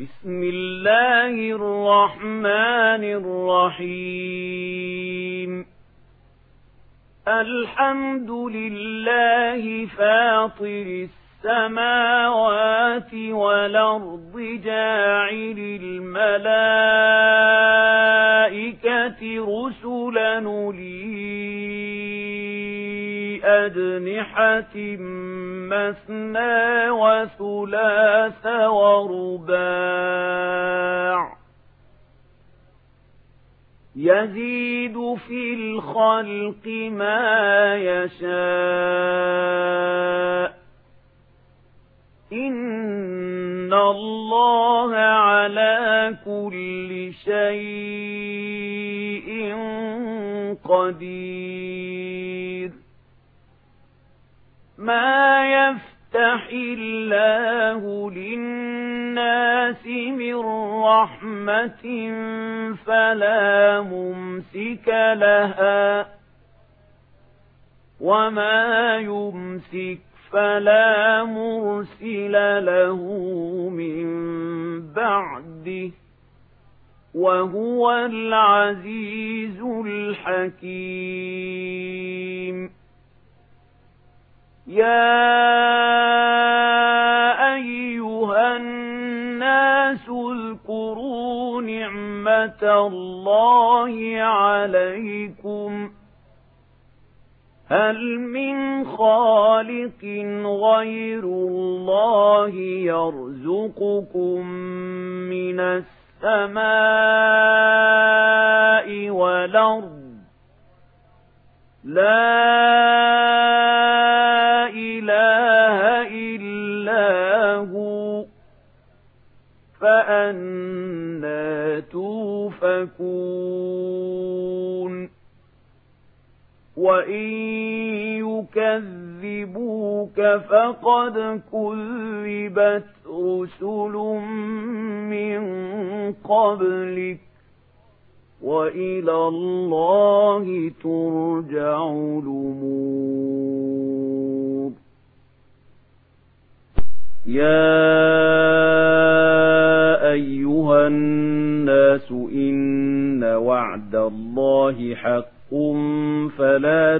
بسم الله الرحمن الرحيم الحمد لله فاطر السماوات والأرض جاعل الملائكة رسلا أولي أجنحة مثنى وثلاث ورباع يزيد في الخلق ما يشاء إن الله على كل شيء قدير ما يفتح الله للناس من رحمة فلا ممسك لها وما يمسك فلا مرسل له من بعده وهو العزيز الحكيم يا أيها الناس اذكروا نعمة الله عليكم هل من خالق غير الله يرزقكم من السماء والأرض لا إله إلا هو فأنى توفكون وإن يكذبوك فقد كذبت رسل من قبلك وإلى الله ترجع الأمور يا أيها الناس إن وعد الله حق فلا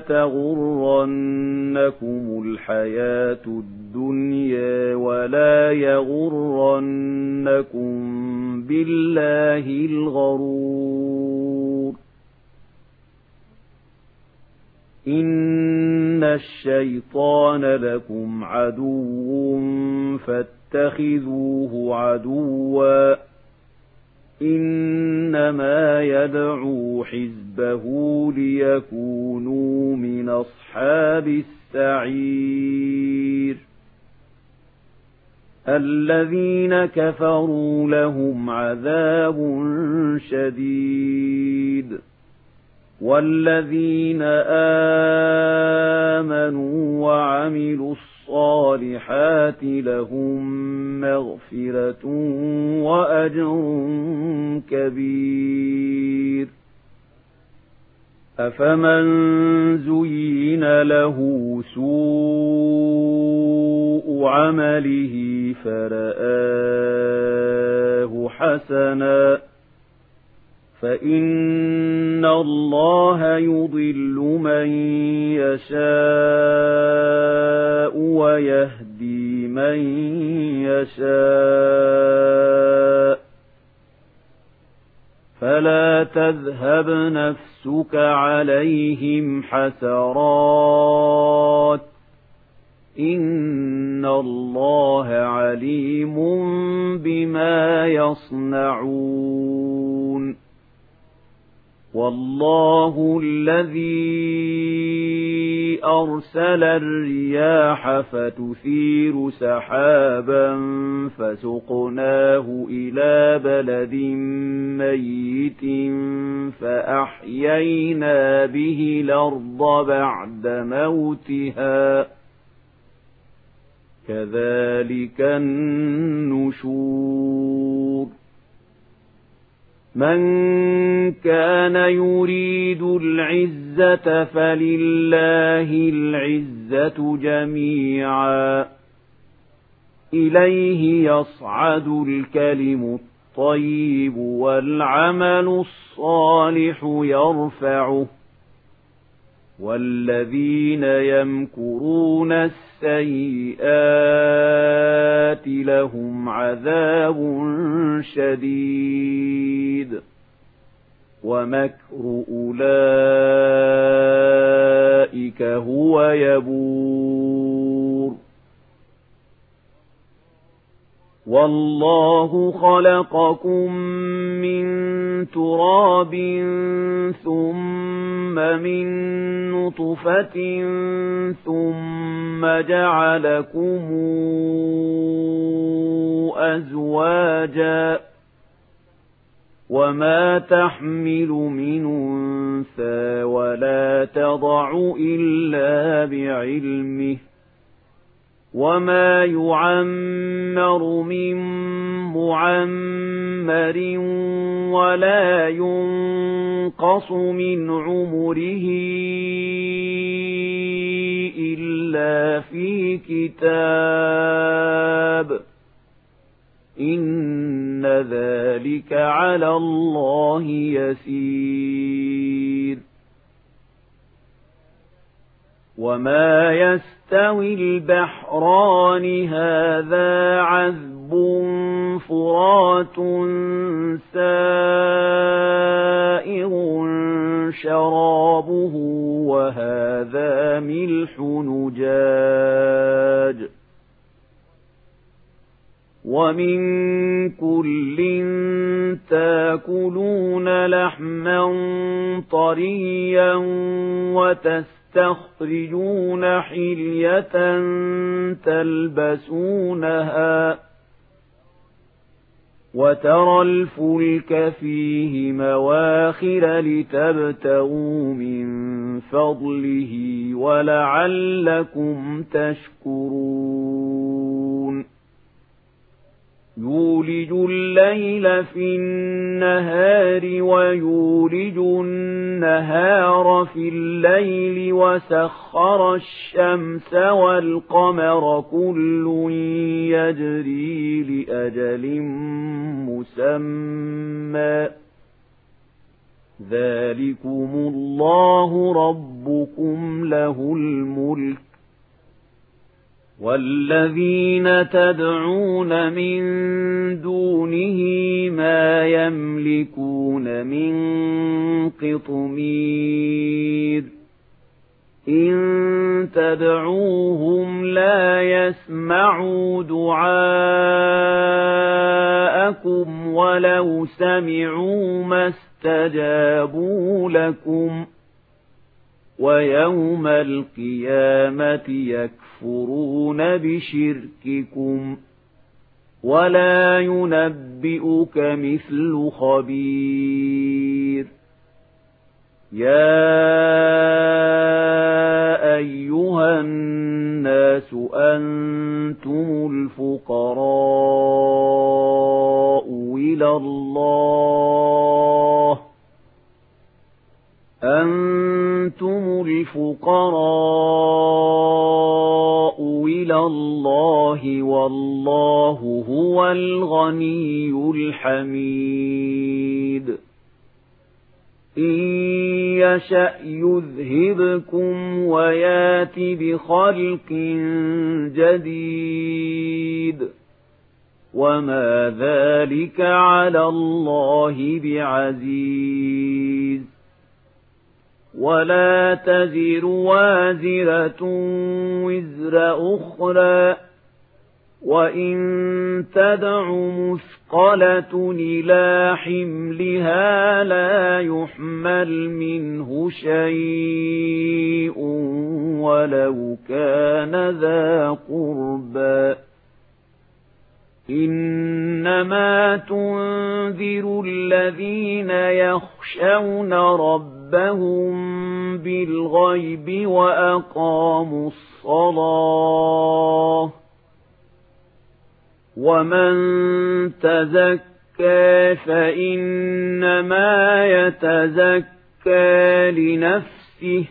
تغرنكم الحياة الدنيا ولا يغرنكم بالله الغرور إن الشيطان لكم عدو فاتخذوه عدوا إنما يدعو حزبه ليكونوا من أصحاب السعير الذين كفروا لهم عذاب شديد والذين آمنوا وعملوا الصالحات لهم مغفرة وأجر كبير أفمن زين له سوء عمله فرآه حسنا فإن الله يضل من يشاء ويهدي من يشاء فلا تذهب نفسك عليهم حسرات إن الله عليم بما يصنعون والله الذي أرسل الرياح فتثير سحابا فسقناه إلى بلد ميت فأحيينا به الأرض بعد موتها كذلك النشور من كان يريد العزة فلله العزة جميعا إليه يصعد الكلم الطيب والعمل الصالح يرفعه والذين يمكرون السيئات لهم عذاب شديد ومكر أولئك هو يبور والله خلقكم من تراب ثم من نطفة ثم جعلكم أزواجا وما تحمل من أنثى ولا تضع إلا بعلمه وما يعمر من معمر ولا ينقص من عمره إلا في كتاب إن ذلك على الله يسير وما يستوي البحران هذا عذب فرات سائغ شرابه وهذا ملح نجاج ومن كل تاكلون لحما طريا وتستخرجون حلية تلبسونها وترى الفلك فيه مواخر لتبتغوا من فضله ولعلكم تشكرون يولج الليل في النهار ويولج النهار في الليل وسخر الشمس والقمر كل يجري لأجل مسمى ذلكم الله ربكم له الملك والذين تدعون من دونه ما يملكون من قطمير إن تدعوهم لا يسمعوا دعاءكم ولو سمعوا ما استجابوا لكم ويوم القيامة يكفرون بشرككم ولا ينبئك مثل خبير يا أيها الناس أنتم الفقراء إلى الله أنتم الفقراء إلى الله والله هو الغني الحميد إن يشأ يذهبكم ويات بخلق جديد وما ذلك على الله بعزيز ولا تزر وازرة وزر أخرى وإن تدع مثقلة إلى حملها لا يحمل منه شيء ولو كان ذا قربى إنما تنذر الذين يخشون ربهم بالغيب وأقاموا الصلاة ومن تزكى فإنما يتزكى لنفسه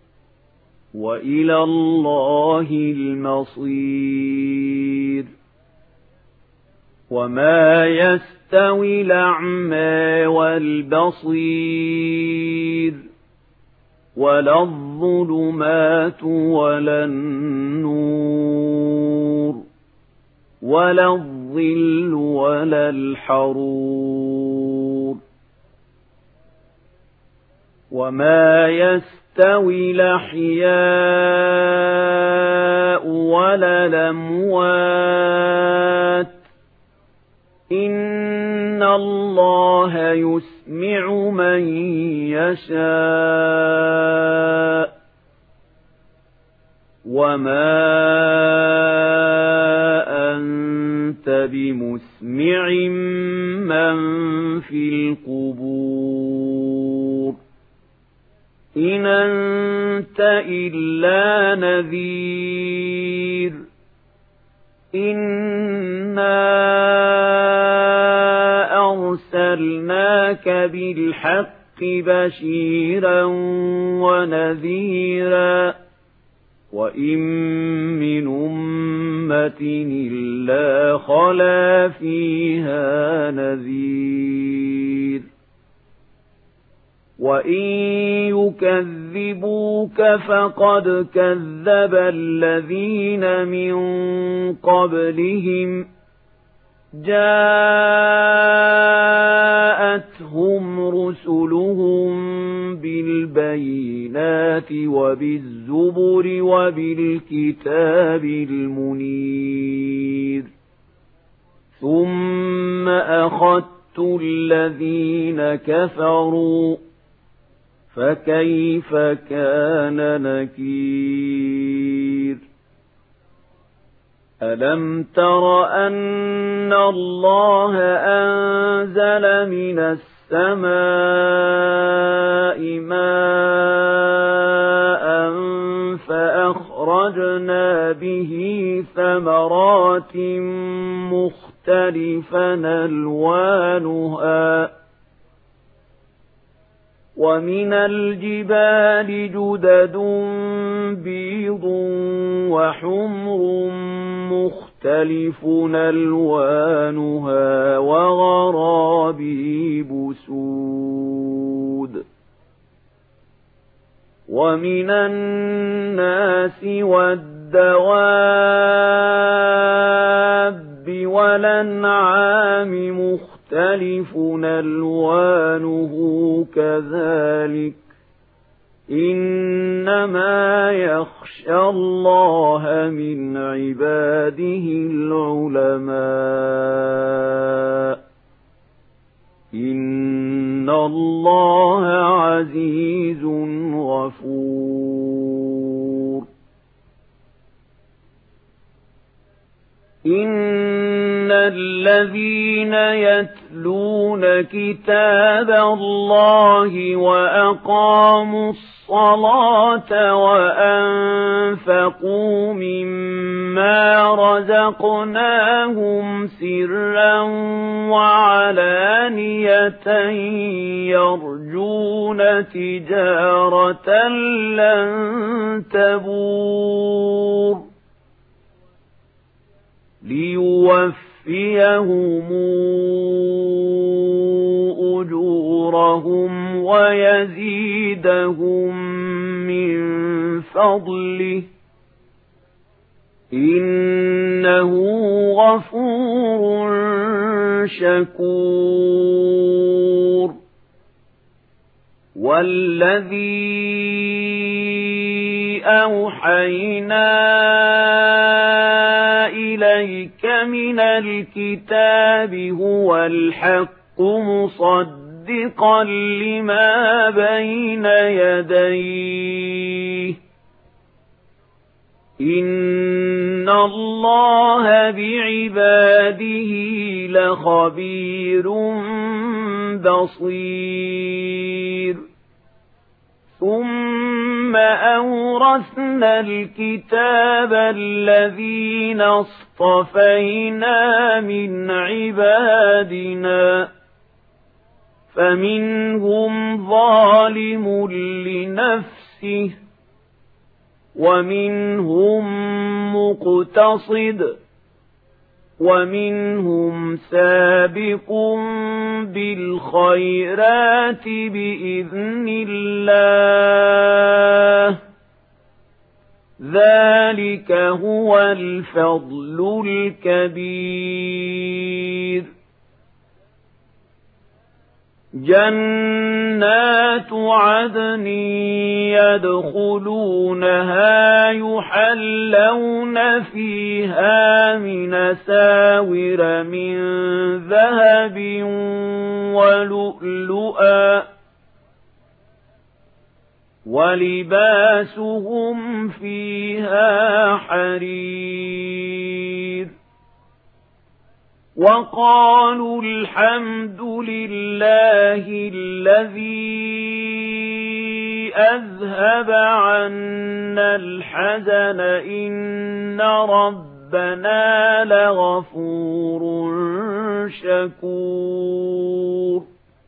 وإلى الله المصير وما يستوي الأعمى والبصير ولا الظلمات ولا النور ولا الظل ولا الحرور وما يستوي الأحياء ولا الأموات إن الله يسمع من يشاء وما أنت بمسمع من في القبور إن أنت إلا نذير إنا أرسلناك بالحق بشيرا ونذيرا وإن من أمة إلا خلا فيها نذير وإن يكذبوك فقد كذب الذين من قبلهم جاءتهم رسلهم بالبينات وبالزبر وبالكتاب المنير ثم أخذت الذين كفروا فكيف كان نكير ألم تر أن الله أنزل من السماء ماء فأخرجنا به ثمرات مختلفا ألوانها ومن الجبال جدد بيض وحمر مختلف ألوانها وغرابيب سود ومن الناس والدواب والأنعام مختلف ألوانه كذلك إنما يخشى الله من عباده العلماء إن الله عزيز غفور إن الذين يتلون كتاب الله وأقاموا الصلاة وأنفقوا مما رزقناهم سرا وعلانية يرجون تجارة لن تبور ليوفيهم أجورهم ويزيدهم من فضله إنه غفور شكور والذي أوحينا إليك من الكتاب هو الحق مصدقا لما بين يديه إن الله بعباده لخبير بصير ثم أورثنا الكتاب الذين اصطفينا من عبادنا فمنهم ظالم لنفسه ومنهم مقتصد ومنهم سابق بالخيرات بإذن الله ذلك هو الفضل الكبير جنات عدن يدخلونها يحلون فيها من أساور من ذهب ولؤلؤا ولباسهم فيها حرير وقالوا الحمد لله الذي أذهب عنا الحزن إن ربنا لغفور شكور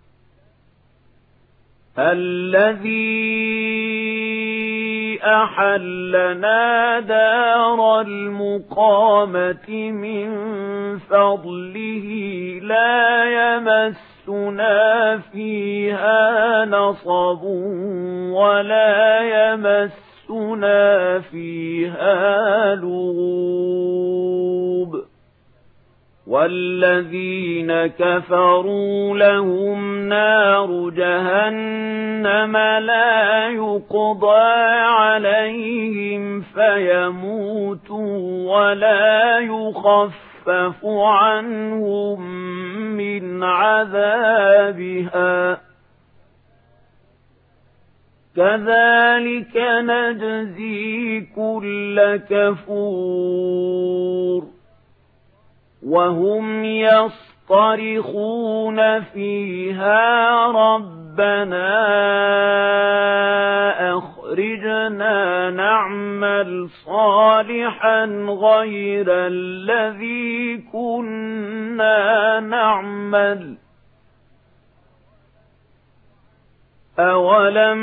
الذي أحلنا دار المقامة من فضله لا يمسنا فيها نصب ولا يمسنا فيها لغوب والذين كفروا لهم نار جهنم لا يقضى عليهم فيموتوا ولا يخفف عنهم من عذابها كذلك نجزي كل كفور وهم يصطرخون فيها ربنا أخرجنا نعمل صالحا غير الذي كنا نعمل أولم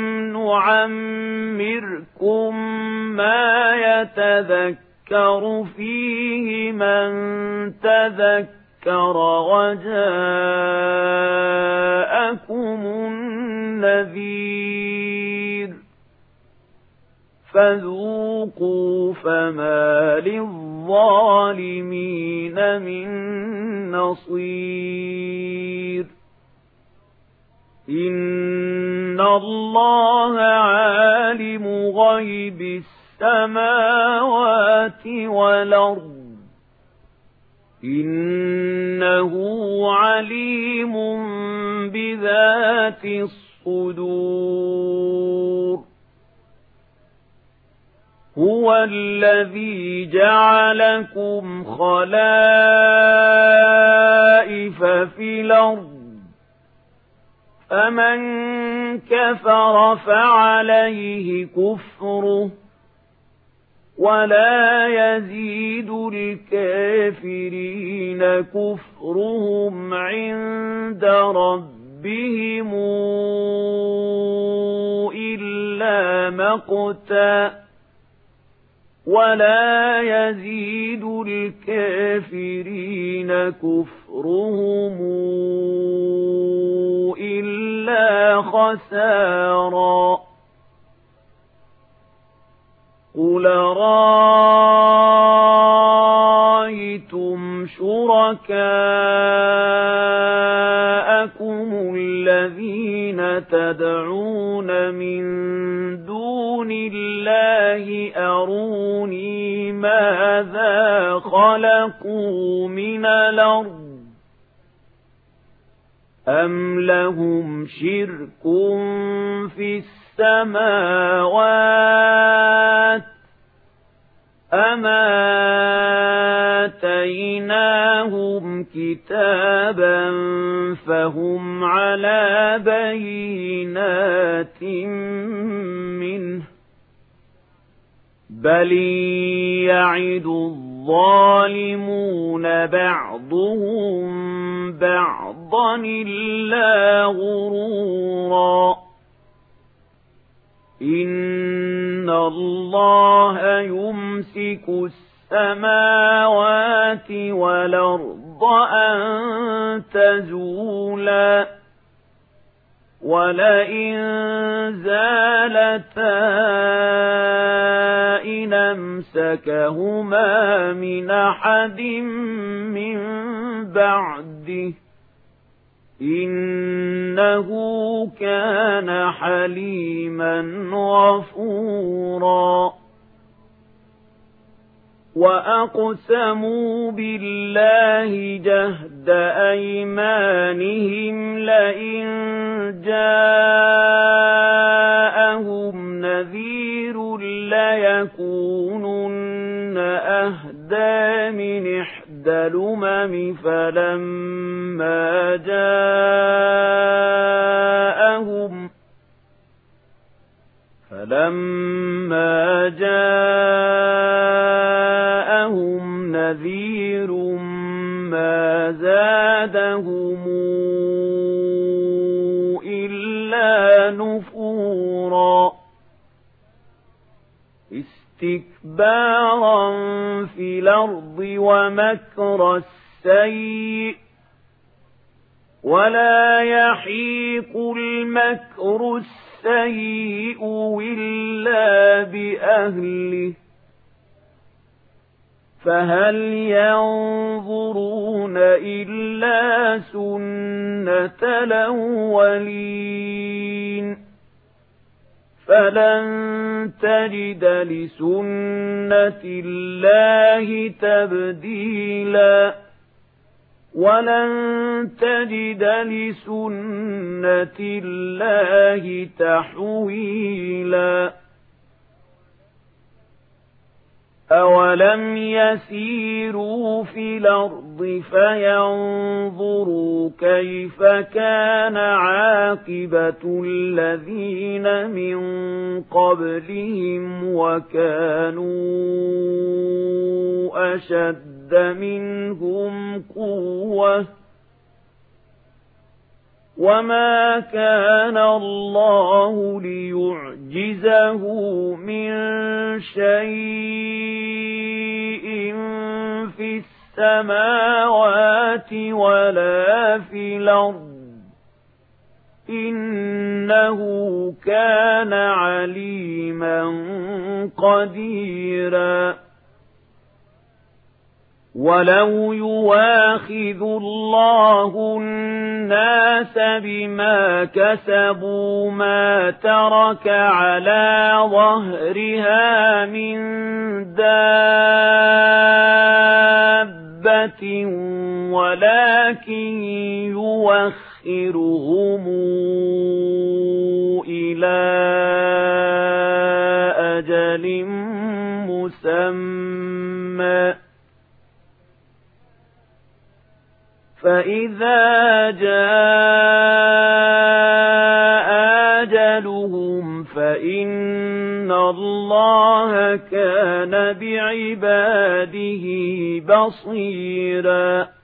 نعمركم ما يتذكر فيه من تذكر وجاءكم النذير فذوقوا فما للظالمين من نصير إن الله عالم غيب السماوات والأرض إنه عليم بذات الصدور هو الذي جعلكم خلائف في الأرض فمن كفر فعليه كفره ولا يزيد الكافرين كفرهم عند ربهم إلا مقتا ولا يزيد الكافرين كفرهم إلا خسارا قل رأيتم شركاءكم الذين تدعون من دون الله أروني ماذا خلقوا من الأرض أم لهم شرك في السماوات أم آتيناهم كتابا فهم على بينات منه بل يعد الظالمون بعضهم بعضا إلا غرورا إن الله يمسك السماوات والأرض أن تزولا ولئن زالتا إن أمسكهما من أحد من بعده إنه كان حليما غفورا وأقسموا بالله جهد أيمانهم لئن جاءهم نذير ليكونن أهدى من إحدى الأمم فلما جاءهم نذير ما زادهم إلا نفورا استكبارا في الأرض ومكر السيء ولا يحيق المكر السيء إلا بأهله فهل ينظرون إلا سنة الأولين فلن تجد لسنة الله تبديلا ولن تجد لسنة الله تحويلا أولم يسيروا في الأرض فينظروا كيف كان عاقبة الذين من قبلهم وكانوا أشد منهم قوة وما كان الله ليعجزه من شيء في السماوات ولا في الأرض إنه كان عليما قديرا ولو يواخذ الله الناس بما كسبوا ما ترك على ظهرها من دابة ولكن يوخرهم إلى أجل مسمى فإذا جاء أجلهم فإن الله كان بعباده بصيرا